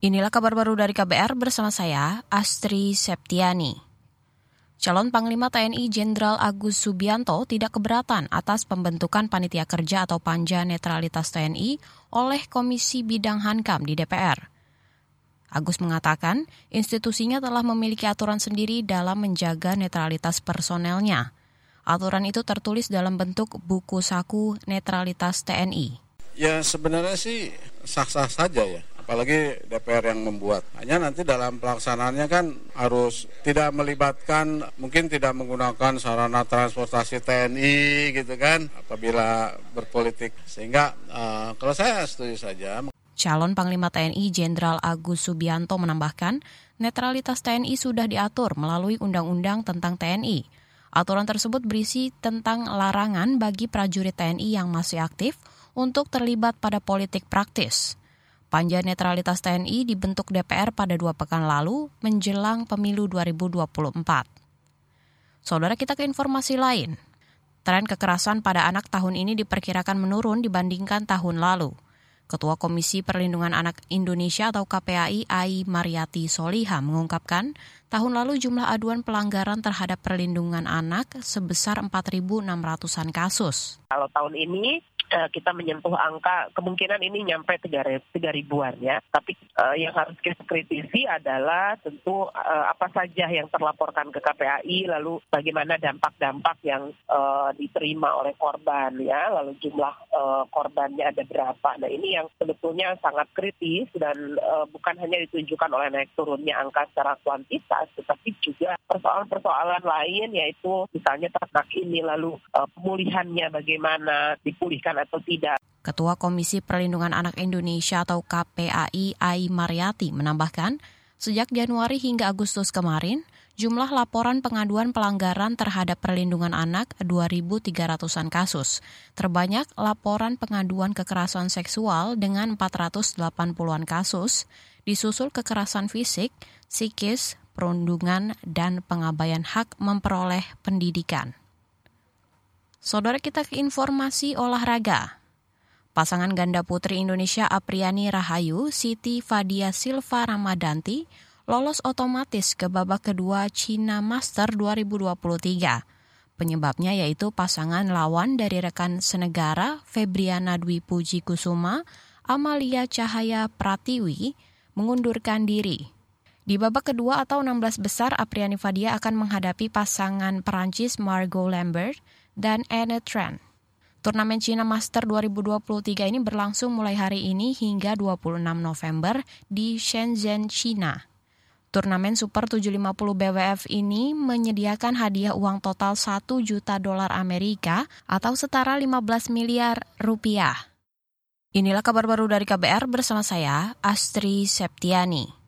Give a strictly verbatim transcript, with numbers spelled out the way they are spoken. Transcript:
Inilah kabar baru dari K B R bersama saya, Astri Septiani. Calon Panglima T N I Jenderal Agus Subianto tidak keberatan atas pembentukan Panitia Kerja atau Panja Netralitas T N I oleh Komisi Bidang Hankam di D P R. Agus mengatakan institusinya telah memiliki aturan sendiri dalam menjaga netralitas personelnya. Aturan itu tertulis dalam bentuk buku saku netralitas T N I. Ya sebenarnya sih sah-sah saja ya. Apalagi D P R yang membuat. Hanya nanti dalam pelaksanaannya kan harus tidak melibatkan, mungkin tidak menggunakan sarana transportasi T N I gitu kan, apabila berpolitik. Sehingga uh, kalau saya setuju saja. Calon Panglima T N I Jenderal Agus Subianto menambahkan, netralitas T N I sudah diatur melalui Undang-Undang tentang T N I. Aturan tersebut berisi tentang larangan bagi prajurit T N I yang masih aktif untuk terlibat pada politik praktis. Panja Netralitas T N I dibentuk D P R pada dua pekan lalu menjelang pemilu dua ribu dua puluh empat. Saudara, kita ke informasi lain. Tren kekerasan pada anak tahun ini diperkirakan menurun dibandingkan tahun lalu. Ketua Komisi Perlindungan Anak Indonesia atau K P A I, Ai Mariati Soliha mengungkapkan, tahun lalu jumlah aduan pelanggaran terhadap perlindungan anak sebesar empat ribu enam ratusan kasus. Kalau tahun ini kita menyentuh angka, kemungkinan ini nyampe tiga ribuan ya. Tapi uh, yang harus kita kritisi adalah tentu uh, apa saja yang terlaporkan ke K P A I, lalu bagaimana dampak-dampak yang uh, diterima oleh korban ya, lalu jumlah uh, korbannya ada berapa. Nah ini yang sebetulnya sangat kritis dan uh, bukan hanya ditunjukkan oleh naik turunnya angka secara kuantitas, tetapi juga persoalan-persoalan lain, yaitu misalnya ternak ini, lalu uh, pemulihannya bagaimana, dipulihkan atau tidak. Ketua Komisi Perlindungan Anak Indonesia atau K P A I, Ai Mariati menambahkan, sejak Januari hingga Agustus kemarin, jumlah laporan pengaduan pelanggaran terhadap perlindungan anak dua ribu tiga ratusan kasus. Terbanyak laporan pengaduan kekerasan seksual dengan empat ratus delapan puluhan kasus, disusul kekerasan fisik, psikis, perundungan, dan pengabaian hak memperoleh pendidikan. Saudara, kita ke informasi olahraga. Pasangan ganda putri Indonesia Apriani Rahayu, Siti Fadia Silva Ramadanti, lolos otomatis ke babak kedua China Master dua ribu dua puluh tiga. Penyebabnya yaitu pasangan lawan dari rekan senegara Febriana Dwi Puji Kusuma, Amalia Cahaya Pratiwi, mengundurkan diri. Di babak kedua atau enam belas besar, Apriani Fadia akan menghadapi pasangan Perancis Margot Lambert dan Anne Trent. Turnamen China Master dua ribu dua puluh tiga ini berlangsung mulai hari ini hingga dua puluh enam November di Shenzhen, China. Turnamen Super tujuh ratus lima puluh B W F ini menyediakan hadiah uang total satu juta dolar Amerika atau setara lima belas miliar rupiah. Inilah kabar baru dari K B R bersama saya, Astri Septiani.